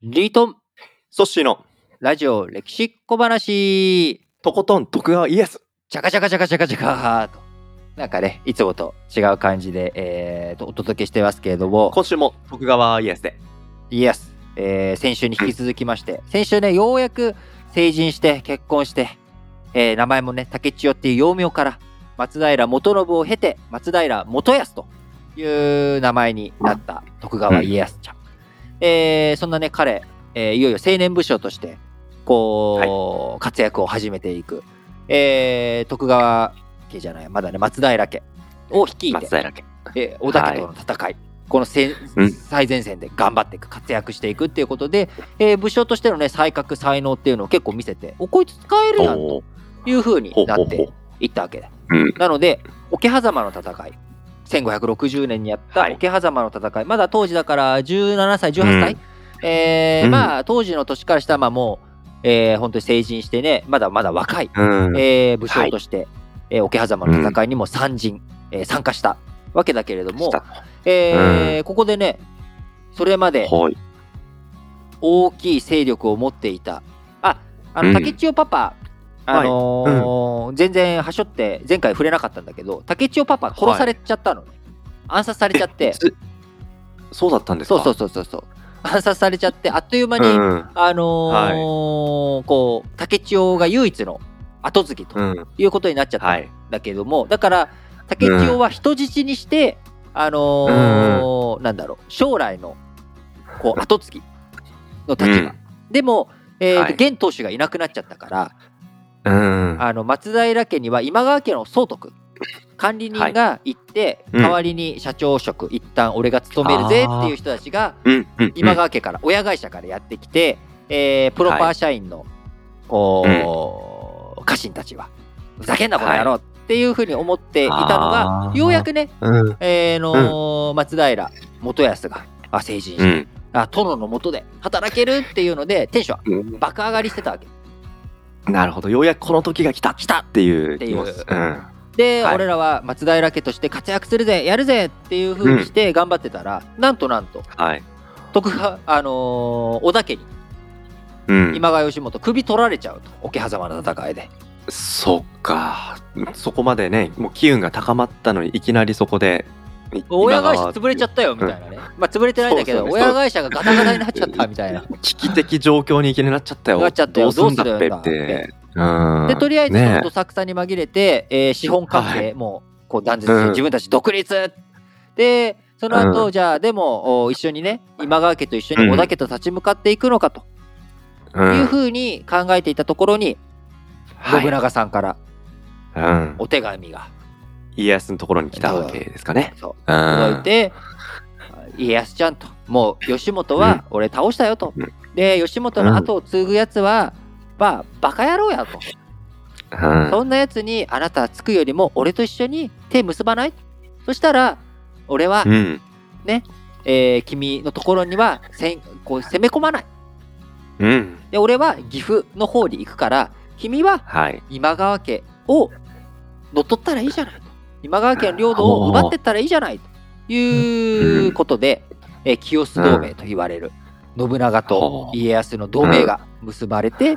リートンソッシーのラジオ歴史小話とことん徳川家康。 チャカチャカチャカチャカチャカとなんかねいつもと違う感じで、お届けしてますけれども、 今週も徳川家康で。 イエス、先週に引き続きまして、先週ねようやく成人して結婚して、名前もね竹千代っていう幼名から松平元信を経て松平元康という名前になった徳川家康ちゃん、そんなね彼、いよいよ青年武将としてこう、活躍を始めていく、徳川家じゃないまだね松平家を率いて松平家。 織田家との戦い、この最前線で頑張っていく活躍していくっていうことで、武将としてのね才覚才能っていうのを結構見せてこいつ使えるやんという風になっていったわけで、なので桶狭間の戦い1560年にやった桶狭間の戦い、まだ当時だから17歳18歳、まあ当時の年からしたらまあもう、本当に成人してねまだまだ若い、武将として、桶狭間の戦いにも参加したわけだけれども、ここでねそれまで大きい勢力を持っていた竹千代パパ、全然はしょって前回触れなかったんだけど竹千代パパ殺されちゃったのね、暗殺されちゃって。 そうだったんですか。 そう暗殺されちゃってあっという間に、こう竹千代が唯一の跡継ぎということになっちゃったんだけども、だから竹千代は人質にしてなんだろう将来のこう跡継ぎの立場、でも、現当主がいなくなっちゃったから松平家には今川家の総督管理人が行って、代わりに社長職一旦俺が務めるぜっていう人たちが今川家から親会社からやってきて、プロパー社員の家臣たちはふざけんなこの野郎っていうふうに思っていたのが、ようやくね、松平元康が成人して、殿の下で働けるっていうのでテンション爆上がりしてたわけ。 なるほど、ようやくこの時が来たっていう気持ち。 で、俺らは松平家として活躍するぜやるぜっていう風にして頑張ってたら、なんと、徳川織田家に、今川義元首取られちゃうと、桶狭間の戦いで。 そっか、そこまでねもう機運が高まったのにいきなりそこで親会社潰れちゃったよみたいなね、まあ潰れてないんだけど、親会社がガタガタになっちゃったみたいな危機的状況にいきなりなっちゃったよどうすんだっぺって。 でとりあえずそのどさくさに紛れて、資本関係もこう断絶して自分たち独立、でその後、じゃあでも一緒にね今川家と一緒に織田家と立ち向かっていくのかというふうに考えていたところに、信長さんからお手紙が家康のところに来たわけですかね。 届いて、家康ちゃんと、もう義元は俺倒したよと、で義元の後を継ぐやつはバカ野郎やと、そんなやつにあなたはつくよりも俺と一緒に手結ばない？そしたら俺は、ね、君のところにはこう攻め込まない、で俺は岐阜の方に行くから君は今川家を乗っ取ったらいいじゃないと、今川家の領土を奪ってったらいいじゃないということで、清須同盟と言われる信長と家康の同盟が結ばれて、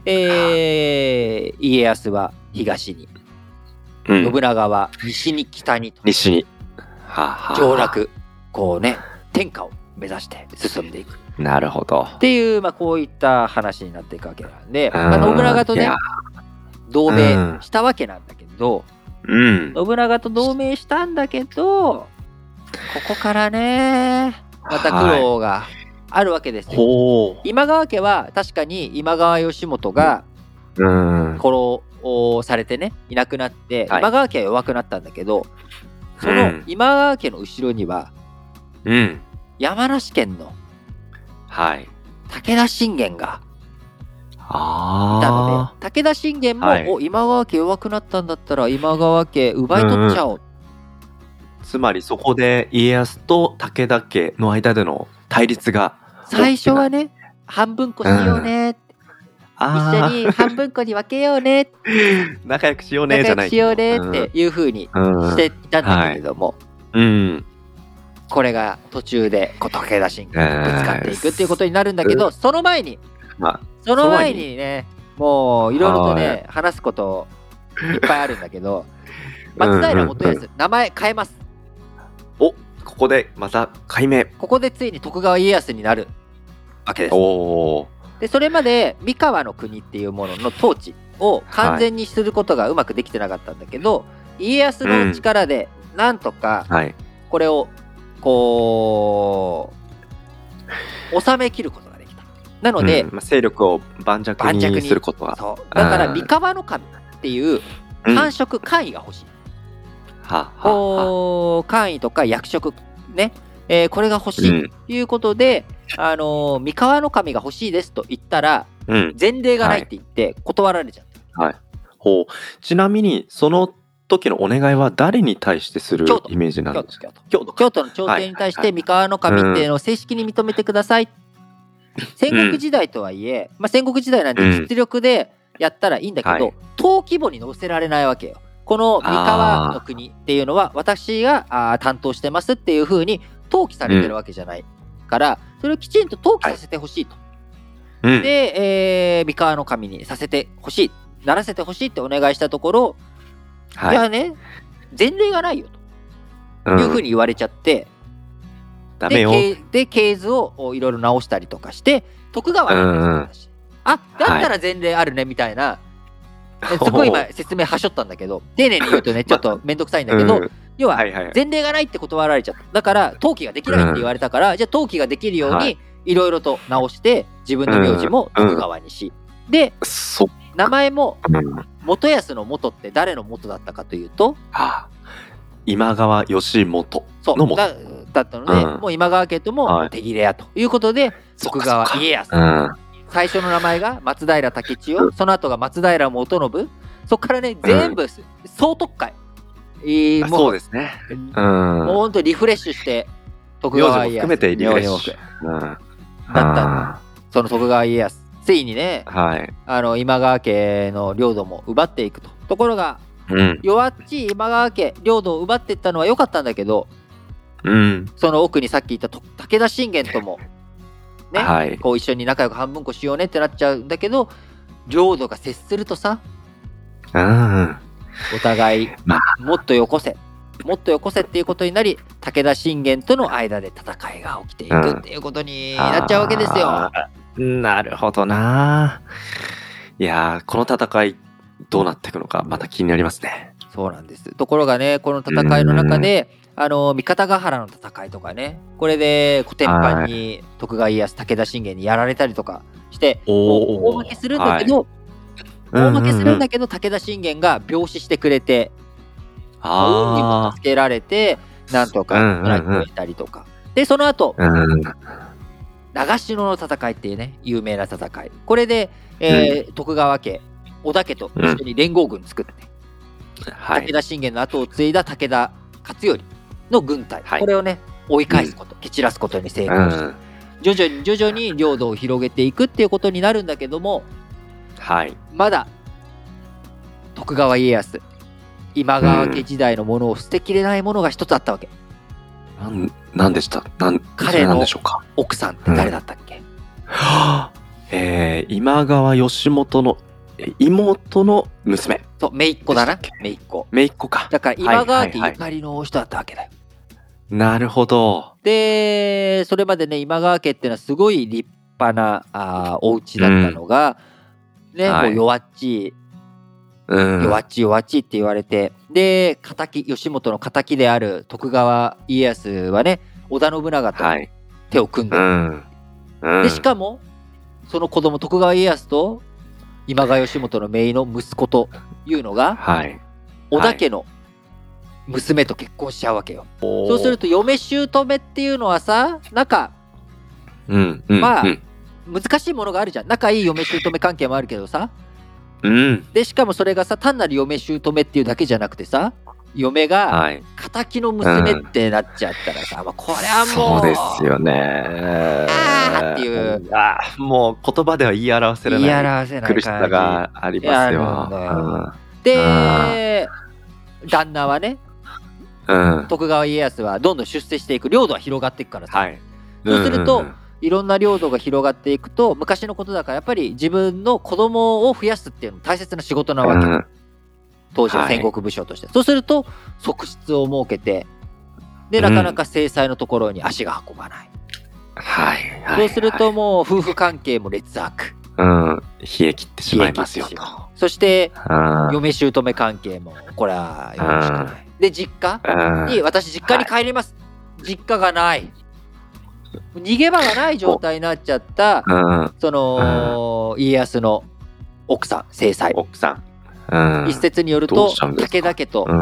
家康は東に、信長は西に北にと上洛、こうね天下を目指して進んでいく。 なるほど。 っていう、こういった話になっていくわけなんで、信長とね同盟したわけなんだけど、信長と同盟したんだけど、ここからねまた苦労があるわけですよ。今川家は確かに今川義元が殺されてねいなくなって、今川家は弱くなったんだけど、その今川家の後ろには、山梨県の武田信玄がいたので、武田信玄も、今川家弱くなったんだったら今川家奪い取っちゃおう、 つまりそこで家康と武田家の間での対立が最初はね半分こしようねって、一緒に半分こに分けようね仲良くしようねじゃない、 仲良くしようねっていう風にしていたんだけれども、 これが途中で武田信玄とぶつかっていくっていうことになるんだけど、その前にね、もういろいろとね話すこといっぱいあるんだけど、松平元康、名前変えます。 お、ここでまた改名。 ここでついに徳川家康になるわけです。でそれまで三河の国っていうものの統治を完全にすることがうまくできてなかったんだけど、家康の力でなんとかこれをこう収めきることができた。なので、 勢力を盤石にすることは、 そうだから三河の神っていう官職、官位が欲しい。官位とか役職ね、これが欲しいということで、三河の神が欲しいですと言ったら、前例がないって言って断られちゃった。 ちなみにその時のお願いは誰に対してするイメージなんですか？ 京都の朝廷に対して三河の神っていうのを正式に認めてください。戦国時代とはいえ、戦国時代なんで実力でやったらいいんだけど、登記簿に載せられないわけよ。この三河の国っていうのは私が担当してますっていう風に登記されてるわけじゃないから、それをきちんと登記させてほしいと。で、三河の神にさせてほしい、ならせてほしいってお願いしたところ、いやね、前例がないよという風に言われちゃって、 ダメよ。 で系図をいろいろ直したりとかして徳川になったし、だったら前例あるねみたいな、すごい今説明はしょったんだけど、丁寧に言うとねちょっとめんどくさいんだけど、要は前例がないって断られちゃった。だから登記ができないって言われたから、じゃあ登記ができるようにいろいろと直して自分の名字も徳川にし、で名前も元康の元って誰の元だったかというと、 今川義元の元だったので、もう今川家とも手切れやということで、徳川家康、最初の名前が松平武千代、その後が松平元信、そこからね全部総特会、 そうですね、 もうほんとリフレッシュして徳川家康含めてリフレッシュだったその徳川家康、ついにね、今川家の領土も奪っていくところが、弱っちい今川家領土を奪っていったのは良かったんだけど、その奥にさっき言った武田信玄ともね、こう一緒に仲良く半分こしようねってなっちゃうんだけど、領土が接するとさ、お互いもっとよこせもっとよこせっていうことになり、武田信玄との間で戦いが起きていくっていうことになっちゃうわけですよ。 なるほどな。いやこの戦いどうなっていくのかまた気になりますね。 そうなんです。ところがね、この戦いの中で三方ヶ原の戦いとかね、これでコテンパンに徳川家康、武田信玄にやられたりとかして大負けするんだけど、武田信玄が病死してくれて、運にも助けられてなんとか村に越えたりとか、でその後、長篠の戦いっていうね有名な戦い、これで、徳川家織田家と一緒に連合軍作って、武田信玄の後を継いだ武田勝頼の軍隊、これをね追い返すこと、蹴散らすことに成功して、徐々に領土を広げていくっていうことになるんだけども、まだ徳川家康、今川家時代のものを捨てきれないものが一つあったわけ。 何でした？ 彼の奥さんって誰だったっけ？ 今川義元の妹の娘。 そう、姪っ子だな。 姪っ子か。 だから今川家ゆかりの人だったわけだよ。 なるほど。 でそれまでね今川家っていうのはすごい立派なお家だったのが、もう弱っちいって言われて、で義元の敵である徳川家康はね織田信長と手を組んで、でしかもその子供徳川家康と今川義元の姪の息子というのが、織田家の娘と結婚しちゃうわけよ。そうすると嫁姑っていうのはさ、なんかまあ難しいものがあるじゃん。仲いい嫁姑関係もあるけどさ、でしかもそれがさ単なる嫁姑っていうだけじゃなくてさ、嫁が敵の娘ってなっちゃったらさ、これはもうそうですよねっていうもう言葉では言い表せない苦しさがありますよ。 で旦那はね徳川家康はどんどん出世していく、領土は広がっていくからさ、 はい。 そうすると、いろんな領土が広がっていくと、昔のことだからやっぱり自分の子供を増やすっていうのも大切な仕事なわけ、当時の戦国武将として、そうすると側室を設けて、でなかなか制裁のところに足が運ばない、そうするともう夫婦関係も劣悪、 冷え切ってしまいますよと。 そして嫁姑関係もこれはよろしくない。で実家に、私実家に帰ります、実家がない、逃げ場がない状態になっちゃった、その家康の奥さん正妻、一説によると武田家と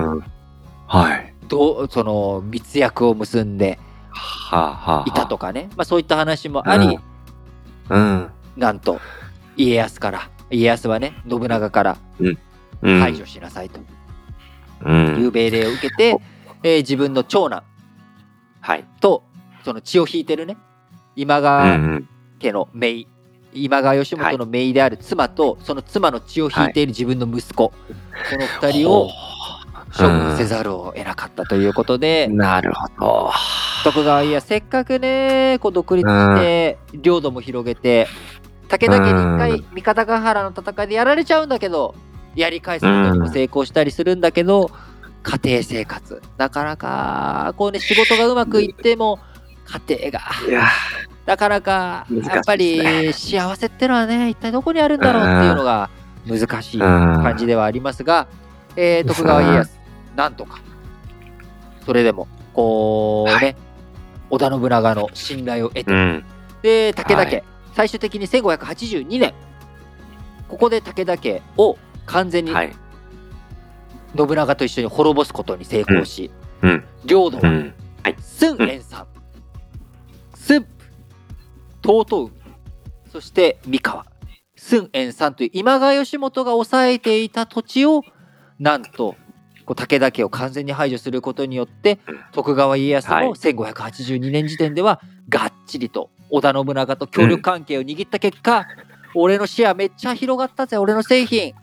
その密約を結んでいたとかね、そういった話もあり、なんと家康はね、信長から排除しなさいという命令を受けて、自分の長男とその血を引いてるね、今川家の姪、今川義元の姪である妻と、その妻の血を引いている自分の息子、この2人を処分せざるを得なかったということで、 なるほど。 徳川家康せっかくねこう独立して領土も広げて、武田家に一回三方ヶ原の戦いでやられちゃうんだけど、やり返すことにも成功したりするんだけど、家庭生活なかなかこうね、仕事がうまくいっても家庭がなかなかやっぱり幸せってのはね、一体どこにあるんだろうっていうのが難しい感じではありますが、徳川家康なんとかそれでもこうね、織田信長の信頼を得て、で武田家、最終的に1582年ここで武田家を完全に信長と一緒に滅ぼすことに成功し、領土は駿遠山、駿府、遠江、そして三河、駿遠山という今川義元が抑えていた土地をなんとこう武田家を完全に排除することによって、徳川家康も1582年時点ではがっちりと織田信長と協力関係を握った結果、俺のシェアめっちゃ広がったぜ、俺の製品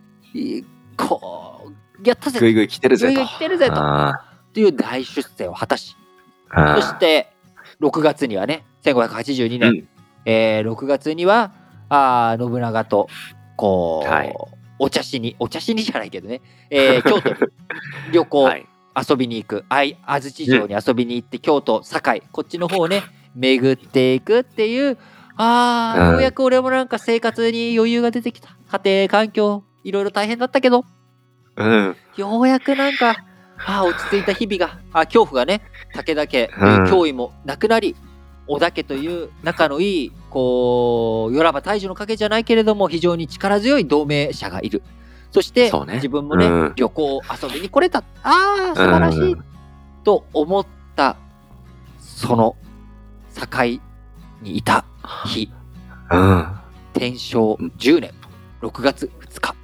こうやったぜ、 ぐいぐい来てるぜとっていう大出世を果たし、そして6月にはね、1582年、6月には信長とこう、お茶しにじゃないけどね、京都に旅行、遊びに行く、安土城に遊びに行って、京都堺こっちの方をね巡っていくっていう、ようやく俺もなんか生活に余裕が出てきた、家庭環境いろいろ大変だったけど、ようやくなんか落ち着いた日々が、恐怖がね、武田家という脅威もなくなり、織田家という仲のいいこうよらば大樹の影じゃないけれども非常に力強い同盟者がいる。そして、自分もね、旅行遊びに来れた、素晴らしい、と思ったその境にいた日、天正10年6月2日、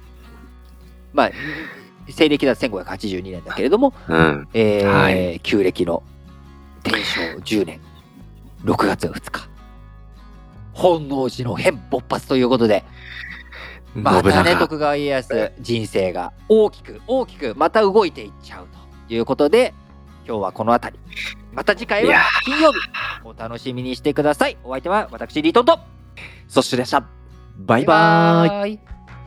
西暦だと1582年だけれども、旧暦の天正10年6月2日、本能寺の変勃発ということで、またね、徳川家康人生が大きくまた動いていっちゃうということで、今日はこの辺り、また次回は金曜日お楽しみにしてください。お相手は私リートンとソッシュでした。バイバーイ。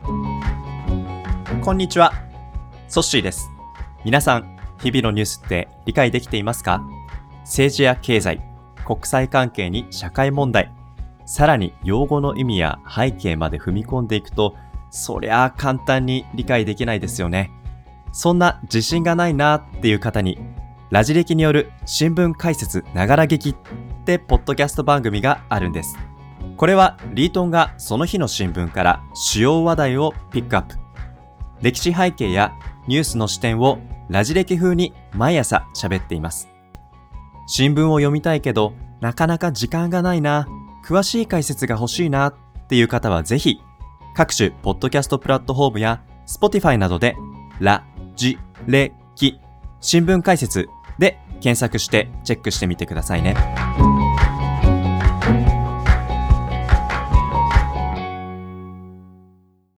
こんにちは、ソッシーです。皆さん、日々のニュースって理解できていますか？政治や経済、国際関係に社会問題、さらに用語の意味や背景まで踏み込んでいくと、そりゃあ簡単に理解できないですよね。そんな自信がないなっていう方に、ラジ歴による新聞解説ながら劇ってポッドキャスト番組があるんです。これはリートンがその日の新聞から主要話題をピックアップ。歴史背景やニュースの視点をラジ歴風に毎朝喋っています。新聞を読みたいけどなかなか時間がないな、詳しい解説が欲しいなっていう方はぜひ各種ポッドキャストプラットフォームや Spotify などでラジレキ新聞解説で検索してチェックしてみてくださいね。